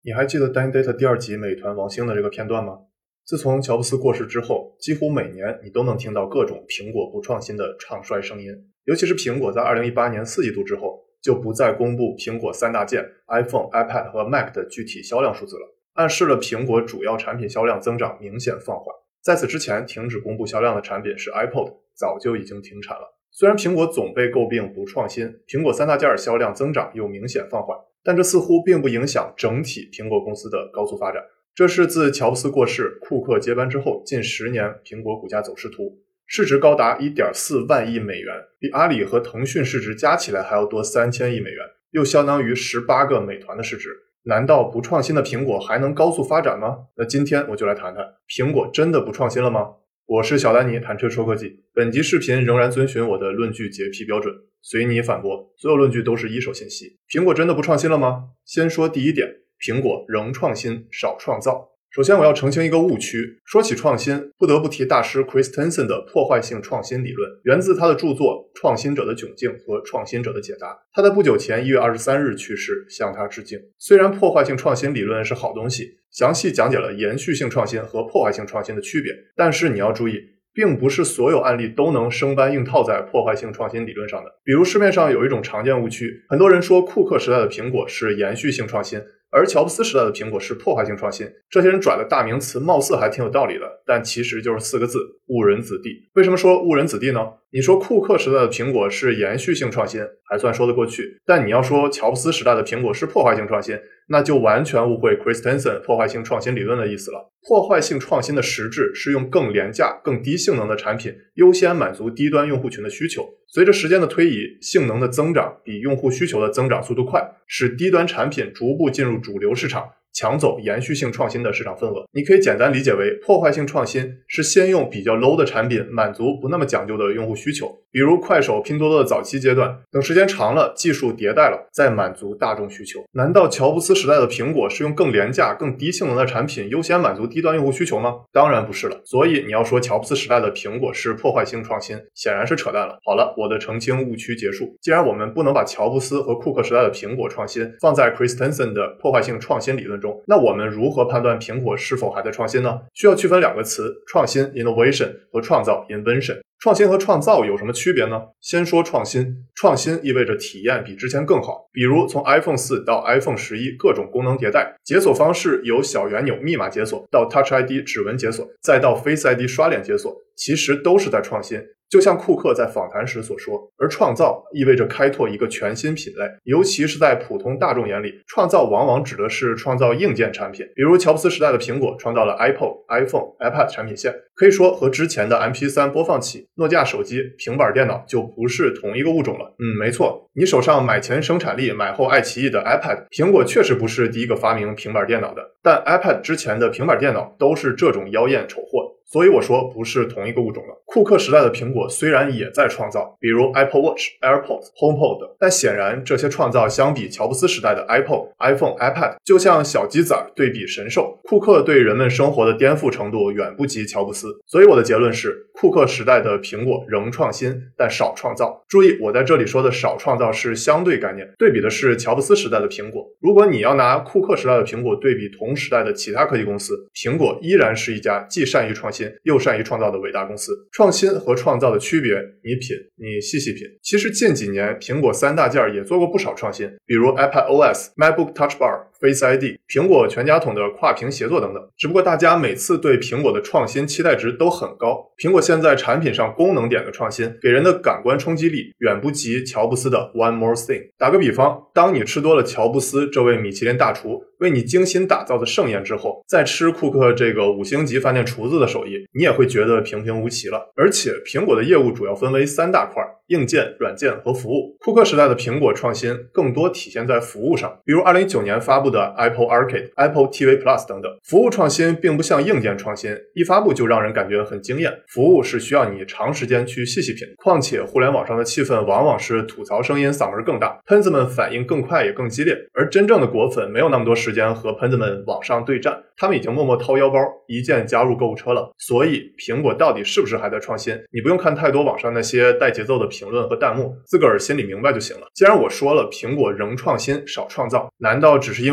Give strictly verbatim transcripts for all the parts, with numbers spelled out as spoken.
你还记得 Dying Data 第二集美团王兴的这个片段吗？自从乔布斯过世之后，几乎每年你都能听到各种苹果不创新的唱衰声音。尤其是苹果在二零一八年四季度之后，就不再公布苹果三大件 iPhone、iPad 和 Mac 的具体销量数字了，暗示了苹果主要产品销量增长明显放缓。在此之前停止公布销量的产品是 iPod， 早就已经停产了。虽然苹果总被诟病不创新，苹果三大件销量增长又明显放缓，但这似乎并不影响整体苹果公司的高速发展。这是自乔布斯过世、库克接班之后近十年苹果股价走势图，市值高达 一点四万亿美元，比阿里和腾讯市值加起来还要多三千亿美元，又相当于十八个美团的市值。难道不创新的苹果还能高速发展吗？那今天我就来谈谈，苹果真的不创新了吗？我是小丹尼，谈车说科技。本集视频仍然遵循我的论据洁癖标准，随你反驳，所有论据都是一手信息。苹果真的不创新了吗？先说第一点，苹果仍创新，少创造。首先我要澄清一个误区，说起创新，不得不提大师 Chris Tenson 的破坏性创新理论，源自他的著作《创新者的窘境》和《创新者的解答》。他在不久前一月二十三日去世，向他致敬。虽然破坏性创新理论是好东西，详细讲解了延续性创新和破坏性创新的区别，但是你要注意，并不是所有案例都能生搬硬套在破坏性创新理论上的。比如市面上有一种常见误区，很多人说库克时代的苹果是延续性创新，而乔布斯时代的苹果是破坏性创新。这些人转的大名词貌似还挺有道理的，但其实就是四个字：误人子弟。为什么说误人子弟呢？你说库克时代的苹果是延续性创新，还算说得过去，但你要说乔布斯时代的苹果是破坏性创新，那就完全误会 Chris Tenson 破坏性创新理论的意思了。破坏性创新的实质是用更廉价、更低性能的产品优先满足低端用户群的需求。随着时间的推移，性能的增长比用户需求的增长速度快，使低端产品逐步进入主流市场，抢走延续性创新的市场份额。你可以简单理解为，破坏性创新是先用比较 low 的产品满足不那么讲究的用户需求，比如快手、拼多多的早期阶段，等时间长了，技术迭代了，再满足大众需求。难道乔布斯时代的苹果是用更廉价、更低性能的产品优先满足低端用户需求吗？当然不是了。所以你要说乔布斯时代的苹果是破坏性创新，显然是扯淡了。好了，我的澄清误区结束。既然我们不能把乔布斯和库克时代的苹果创新放在 Chris Tenson 的破坏性创新理论中，那我们如何判断苹果是否还在创新呢？需要区分两个词，创新 innovation 和创造 invention。创新和创造有什么区别呢？先说创新，创新意味着体验比之前更好，比如从 iPhone 四到 iPhone 十一各种功能迭代，解锁方式由小圆钮密码解锁到 Touch I D 指纹解锁，再到 Face I D 刷脸解锁，其实都是在创新。就像库克在访谈时所说，而创造意味着开拓一个全新品类，尤其是在普通大众眼里，创造往往指的是创造硬件产品，比如乔布斯时代的苹果创造了 iPod、iPhone、iPad 产品线，可以说和之前的 M P 三 播放器、诺基亚手机、平板电脑就不是同一个物种了。嗯，没错，你手上买前生产力买后爱奇艺的 iPad， 苹果确实不是第一个发明平板电脑的，但 iPad 之前的平板电脑都是这种妖艳丑货，所以我说不是同一个物种了。库克时代的苹果虽然也在创造，比如 Apple Watch、AirPods、HomePod 等，但显然这些创造相比乔布斯时代的 iPod、iPhone、iPad 就像小鸡仔对比神兽，库克对人们生活的颠覆程度远不及乔布斯。所以我的结论是，库克时代的苹果仍创新，但少创造。注意，我在这里说的少创造是相对概念，对比的是乔布斯时代的苹果。如果你要拿库克时代的苹果对比同时代的其他科技公司，苹果依然是一家既善于创新又善于创造的伟大公司。创新和创造的区别，你品，你细细品。其实近几年苹果三大件也做过不少创新，比如 iPadOS、MacBook Touch Bar、Face I D、苹果全家桶的跨屏协作等等。只不过大家每次对苹果的创新期待值都很高，苹果现在产品上功能点的创新给人的感官冲击力远不及乔布斯的 One More Thing。 打个比方，当你吃多了乔布斯这位米其林大厨为你精心打造的盛宴之后，再吃库克这个五星级饭店厨子的手艺，你也会觉得平平无奇了。而且苹果的业务主要分为三大块，硬件、软件和服务。库克时代的苹果创新更多体现在服务上，比如二零一九年发布的 Apple Arcade、Apple T V Plus 等等。服务创新并不像硬件创新，一发布就让人感觉很惊艳，服务是需要你长时间去细细品。况且互联网上的气氛往往是吐槽声音嗓门更大，喷子们反应更快也更激烈，而真正的果粉没有那么多时间和喷子们网上对战，他们已经默默掏腰包，一键加入购物车了。所以苹果到底是不是还在创新，你不用看太多网上那些带节奏的评论和弹幕，自个儿心里明白就行了。既然我说了苹果仍创新少创造，难道只是因为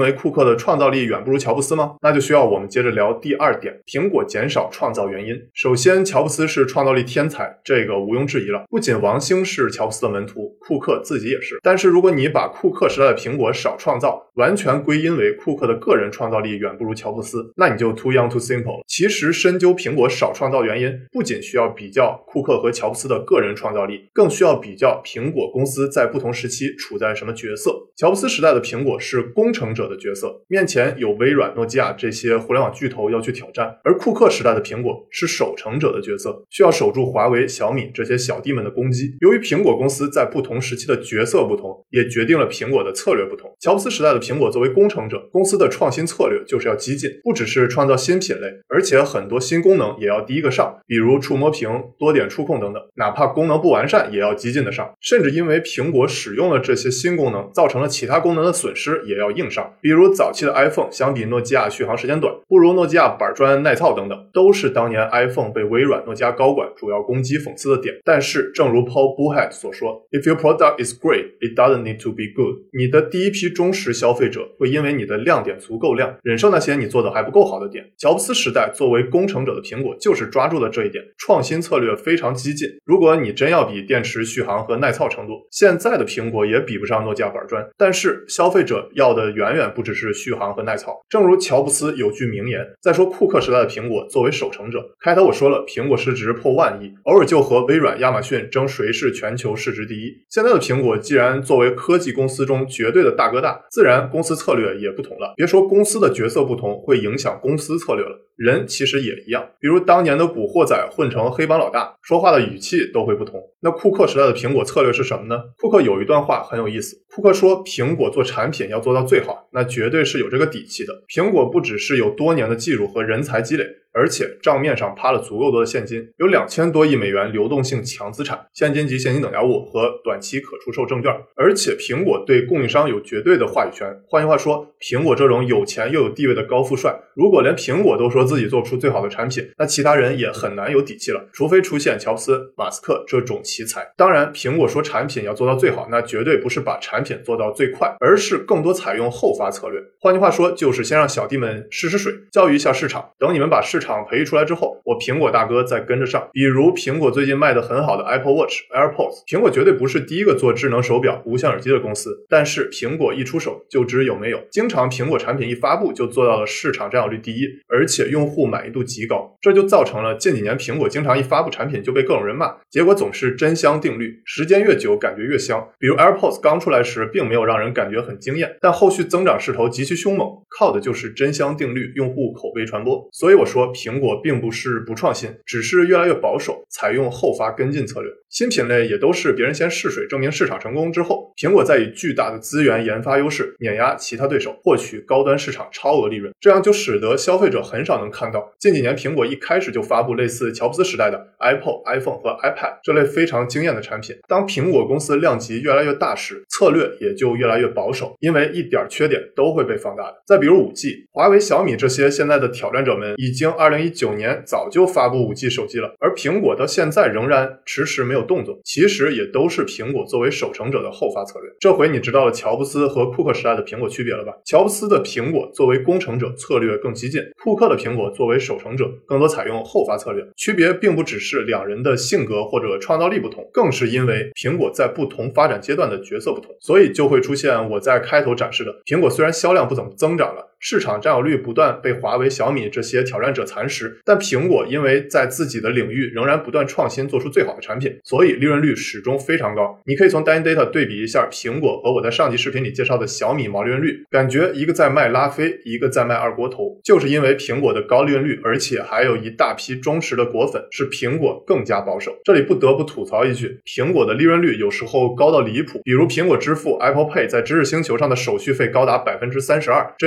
为库克的创造力远不如乔布斯吗？那就需要我们接着聊第二点，苹果减少创造原因。首先，乔布斯是创造力天才，这个毋庸置疑了。不仅王兴是乔布斯的门徒，库克自己也是。但是如果你把库克时代的苹果少创造，完全归因为库克的个人创造力远不如乔布斯，那你就 too young too simple。其实深究苹果少创造原因，不仅需要比较库克和乔布斯的个人创造力，更需要比较苹果公司在不同时期处在什么角色。乔布斯时代的苹果是工程者的角色，面前有微软、诺基亚这些互联网巨头要去挑战，而库克时代的苹果是守成者的角色，需要守住华为、小米这些小弟们的攻击。由于苹果公司在不同时期的角色不同，也决定了苹果的策略不同。乔布斯时代的苹果作为工程者，公司的创新策略就是要激进，不只是创造新品类，而且很多新功能也要第一个上，比如触摸屏、多点触控等等，哪怕功能不完善也要激进的上，甚至因为苹果使用了这些新功能，造成了其他功能的损失也要硬上，比如早期的 iPhone 相比诺基亚续航时间短，不如诺基亚板砖耐操等等，都是当年 iPhone 被微软、诺基亚高管主要攻击讽刺的点。但是正如 Paul Buchheit 所说， If your product is great, it doesn't need to be good。 你的第一批忠实消费者会因为你的亮点足够亮，忍受那些你做的还不够好的点。乔布斯时代作为工程者的苹果就是抓住了这一点，创新策略非常激进。如果你真要比电池续航和耐操程度，现在的苹果也比不上诺基亚板砖，但是消费者要的远远不只是续航和耐操。正如乔布斯有句名言，再说库克时代的苹果作为守成者，开头我说了苹果市值破万亿，偶尔就和微软、亚马逊争谁是全球市值第一。现在的苹果既然作为科技公司中绝对的大哥大，自然公司策略也不同了。别说公司的角色不同会影响公司策略了，人其实也一样。比如当年的古惑仔混成黑帮老大，说话的语气都会不同。那库克时代的苹果策略是什么呢？库克有一段话很有意思，库克说苹果做产品要做到最好，那绝对是有这个底气的。苹果不只是有多年的技术和人才积累，而且账面上趴了足够多的现金，有两千多亿美元流动性强资产，现金及现金等价物和短期可出售证券。而且苹果对供应商有绝对的话语权。换句话说，苹果这种有钱又有地位的高富帅，如果连苹果都说自己做不出最好的产品，那其他人也很难有底气了，除非出现乔布斯、马斯克这种奇才。当然，苹果说产品要做到最好，那绝对不是把产品做到最快，而是更多采用后发策略。换句话说，就是先让小弟们试试水，教育一下市场，等你们把市场培育出来之后，我苹果大哥再跟着上。比如苹果最近卖得很好的 Apple Watch、AirPods， 苹果绝对不是第一个做智能手表、无线耳机的公司，但是苹果一出手就知有没有，经常苹果产品一发布就做到了市场占有率第一，而且用户满意度极高，这就造成了近几年苹果经常一发布产品就被各种人骂，结果总是真香定律，时间越久感觉越香。比如 AirPods 刚出来时并没有让人感觉很惊艳，但后续增长势头极其凶猛，靠的就是真香定律，用户口碑传播。所以我说苹果并不是不创新，只是越来越保守，采用后发跟进策略。新品类也都是别人先试水证明市场成功之后，苹果再以巨大的资源研发优势碾压其他对手，获取高端市场超额利润，这样就使得消费者很少能看到近几年苹果一开始就发布类似乔布斯时代的 Apple、iPhone 和 iPad 这类非常惊艳的产品。当苹果公司量级越来越大时，策略也就越来越保守，因为一点缺点都会被放大的。再比如 五 G， 华为、小米这些现在的挑战者们已经二零一九年早就发布 五 G 手机了，而苹果到现在仍然迟迟没有动作，其实也都是苹果作为守成者的后发策略。这回你知道了乔布斯和库克时代的苹果区别了吧？乔布斯的苹果作为工程者策略更激进，库克的苹果作为守成者更多采用后发策略。区别并不只是两人的性格或者创造力不同，更是因为苹果在不同发展阶段的角色不同，所以就会出现我在开头展示的，苹果虽然销量不怎么增长了，市场占有率不断被华为、小米这些挑战者蚕食，但苹果因为在自己的领域仍然不断创新，做出最好的产品，所以利润率始终非常高。你可以从 Dyne Data 对比一下苹果和我在上集视频里介绍的小米毛利润率，感觉一个在卖拉菲，一个在卖二锅头，就是因为苹果的高利润率，而且还有一大批忠实的果粉，使苹果更加保守。这里不得不吐槽一句，苹果的利润率有时候高到离谱，比如苹果支付 Apple Pay 在知识星球上的手续费高达 百分之三十二， 真是够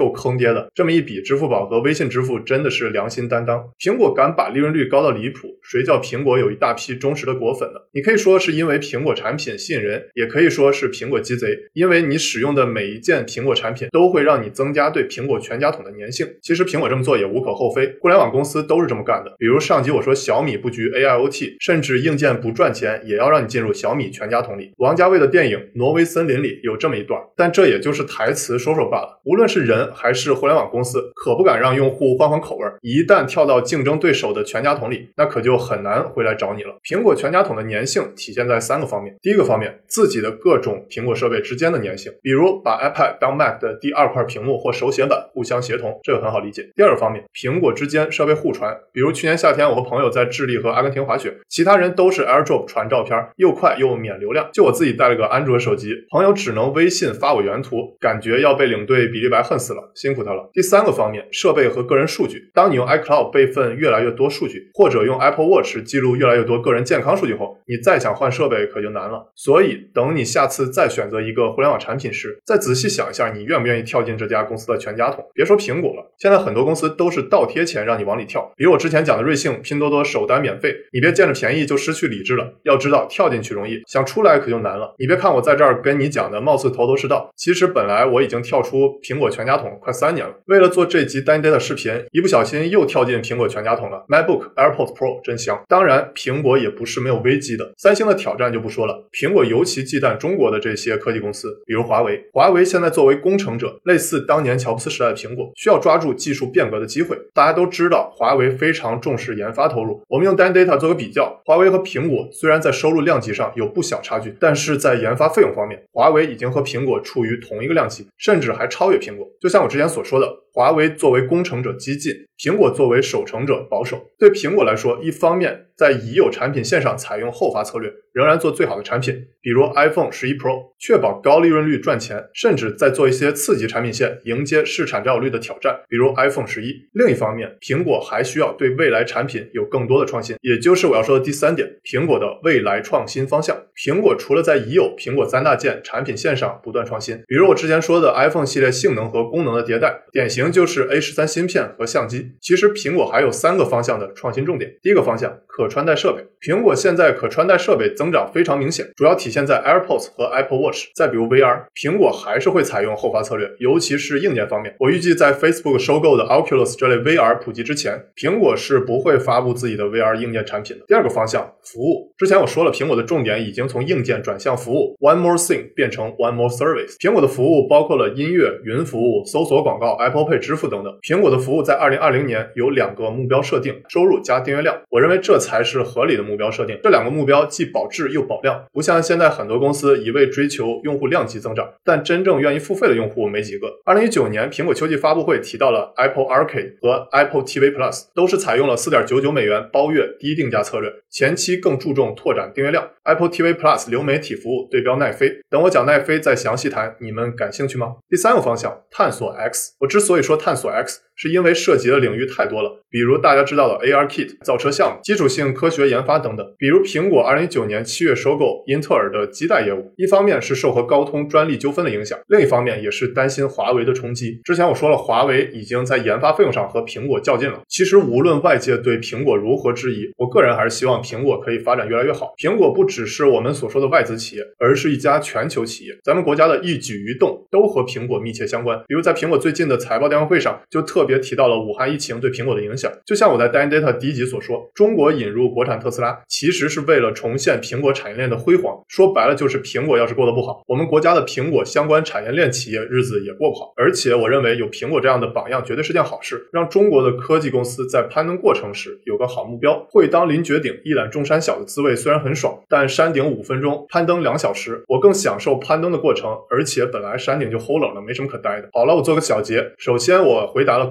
够坑爹的。这么一比，支付宝和微信支付真的是良心担当。苹果敢把利润率高到离谱，谁叫苹果有一大批忠实的果粉呢？你可以说是因为苹果产品吸引人，也可以说是苹果鸡贼，因为你使用的每一件苹果产品都会让你增加对苹果全家桶的粘性。其实苹果这么做也无可厚非，互联网公司都是这么干的。比如上集我说小米布局 A I O T， 甚至硬件不赚钱也要让你进入小米全家桶里。王家卫的电影《挪威森林》里有这么一段，但这也就是台词说说罢了。无论是人还是互联网公司，可不敢让用户换换口味，一旦跳到竞争对手的全家桶里，那可就很难回来找你了。苹果全家桶的粘性体现在三个方面。第一个方面，自己的各种苹果设备之间的粘性，比如把 iPad 当 Mac 的第二块屏幕或手写板互相协同，这个很好理解。第二个方面，苹果之间设备互传，比如去年夏天我和朋友在智利和阿根廷滑雪，其他人都是 AirDrop 传照片，又快又免流量，就我自己带了个安卓手机，朋友只能微信发我原图，感觉要被领队比利白恨死了，辛苦他了。第三个方面，设备和个人数据，当你用 iCloud 备份越来越多数据，或者用 Apple Watch 记录越来越多个人健康数据后，你再想换设备可就难了。所以等你下次再选择一个互联网产品时，再仔细想一下你愿不愿意跳进这家公司的全家桶。别说苹果了，现在很多公司都是倒贴钱让你往里跳，比如我之前讲的瑞幸、拼多多首单免费，你别见着便宜就失去理智了，要知道跳进去容易，想出来可就难了。你别看我在这儿跟你讲的貌似头头是道，其实本来我已经跳出苹果全家桶快三年了。为了做这集单 data 视频，一不小心又跳进苹果全家桶了。 MacBook AirPods Pro 真香。当然苹果也不是没有危机的，三星的挑战就不说了，苹果尤其忌惮中国的这些科技公司，比如华为。华为现在作为工程者，类似当年乔布斯时代的苹果，需要抓住技术变革的机会。大家都知道华为非常重视研发投入，我们用单 data 做个比较，华为和苹果虽然在收入量级上有不小差距，但是在研发费用方面，华为已经和苹果处于同一个量级，甚至还超越苹果。就像我之前所说的，华为作为工程者激进，苹果作为守成者保守。对苹果来说，一方面在已有产品线上采用后发策略，仍然做最好的产品，比如 iPhone 十一 Pro， 确保高利润率赚钱，甚至在做一些次级产品线迎接市场占有率的挑战，比如 iPhone 十一。另一方面，苹果还需要对未来产品有更多的创新，也就是我要说的第三点，苹果的未来创新方向。苹果除了在已有苹果三大件产品线上不断创新，比如我之前说的 iPhone 系列性能和功能的迭代，典型就是 A 十三 芯片和相机。其实苹果还有三个方向的创新重点。第一个方向，可穿戴设备。苹果现在可穿戴设备增长非常明显，主要体现在 AirPods 和 Apple Watch。再比如 V R， 苹果还是会采用后发策略，尤其是硬件方面。我预计在 Facebook 收购的 Oculus 这类 V R 普及之前，苹果是不会发布自己的 V R 硬件产品的。第二个方向，服务。之前我说了，苹果的重点已经从硬件转向服务， One More Thing 变成 One More Service。苹果的服务包括了音乐、云服务、搜索广告、Apple Pay 支付等等。苹果的服务在二零二零年有两个目标设定，收入加订阅量。我认为这才是合理的目标设定。这两个目标既保质又保量，不像现在很多公司一味追求用户量级增长，但真正愿意付费的用户没几个。二零一九年苹果秋季发布会提到了 Apple Arcade 和 Apple T V Plus， 都是采用了 四点九九美元包月低定价策略，前期更注重拓展订阅量。 Apple T V Plus 流媒体服务对标奈飞，等我讲奈飞再详细谈，你们感兴趣吗？第三个方向，探索 X。 我之所以说探索 X，是因为涉及的领域太多了，比如大家知道的 A R Kit 造车项目、基础性科学研发等等。比如苹果二零一九年七月收购英特尔的基带业务，一方面是受和高通专利纠纷的影响，另一方面也是担心华为的冲击。之前我说了，华为已经在研发费用上和苹果较劲了。其实无论外界对苹果如何质疑，我个人还是希望苹果可以发展越来越好。苹果不只是我们所说的外资企业，而是一家全球企业，咱们国家的一举一动都和苹果密切相关。比如在苹果最近的财报电话会上就特别提到了武汉疫情对苹果的影响。就像我在 Dan Data 第一集所说，中国引入国产特斯拉其实是为了重现苹果产业链的辉煌，说白了就是苹果要是过得不好，我们国家的苹果相关产业链企业日子也过不好。而且我认为有苹果这样的榜样绝对是件好事，让中国的科技公司在攀登过程时有个好目标。会当凌绝顶一览众山小的滋味虽然很爽，但山顶五分钟攀登两小时，我更享受攀登的过程，而且本来山顶就齁冷了，没什么可待的。好了，我做个小结。首先我回答了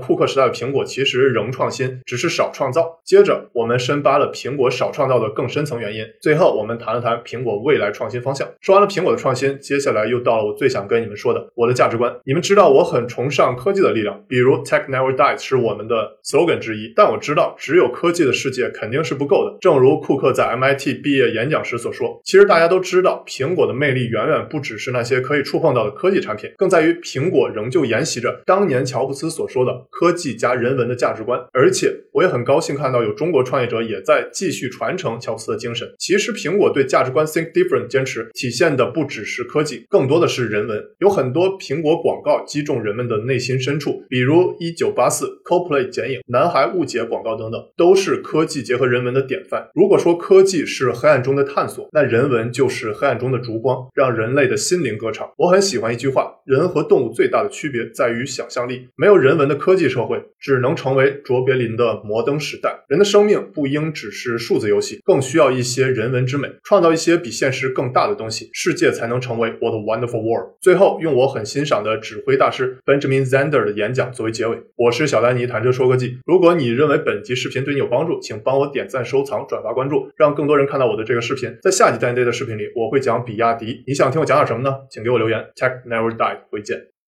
库克时代的苹果其实仍创新，只是少创造。接着我们深扒了苹果少创造的更深层原因，最后我们谈了谈苹果未来创新方向。说完了苹果的创新，接下来又到了我最想跟你们说的，我的价值观。你们知道我很崇尚科技的力量，比如 Tech Never Dies 是我们的 slogan 之一，但我知道只有科技的世界肯定是不够的。正如库克在 M I T 毕业演讲时所说，其实大家都知道苹果的魅力远远不只是那些可以触碰到的科技产品，更在于苹果仍旧沿袭着当年乔布斯所说的科技加人文的价值观。而且我也很高兴看到有中国创业者也在继续传承乔布斯的精神。其实苹果对价值观 Think Different 坚持体现的不只是科技，更多的是人文。有很多苹果广告击中人们的内心深处，比如一九八四 Coldplay 剪影、男孩误解广告等等，都是科技结合人文的典范。如果说科技是黑暗中的探索，那人文就是黑暗中的烛光，让人类的心灵歌唱。我很喜欢一句话，人和动物最大的区别在于想象力，没有人文的科技社会只能成为卓别林的摩登时代。人的生命不应只是数字游戏，更需要一些人文之美，创造一些比现实更大的东西，世界才能成为我的 wonderful world。 最后用我很欣赏的指挥大师 Benjamin Zander 的演讲作为结尾。我是小丹尼，谈车说科技。如果你认为本集视频对你有帮助，请帮我点赞、收藏、转发、关注，让更多人看到我的这个视频。在下集单 day 的视频里，我会讲比亚迪，你想听我讲点什么呢？请给我留言。 Tech Never Die， 回见。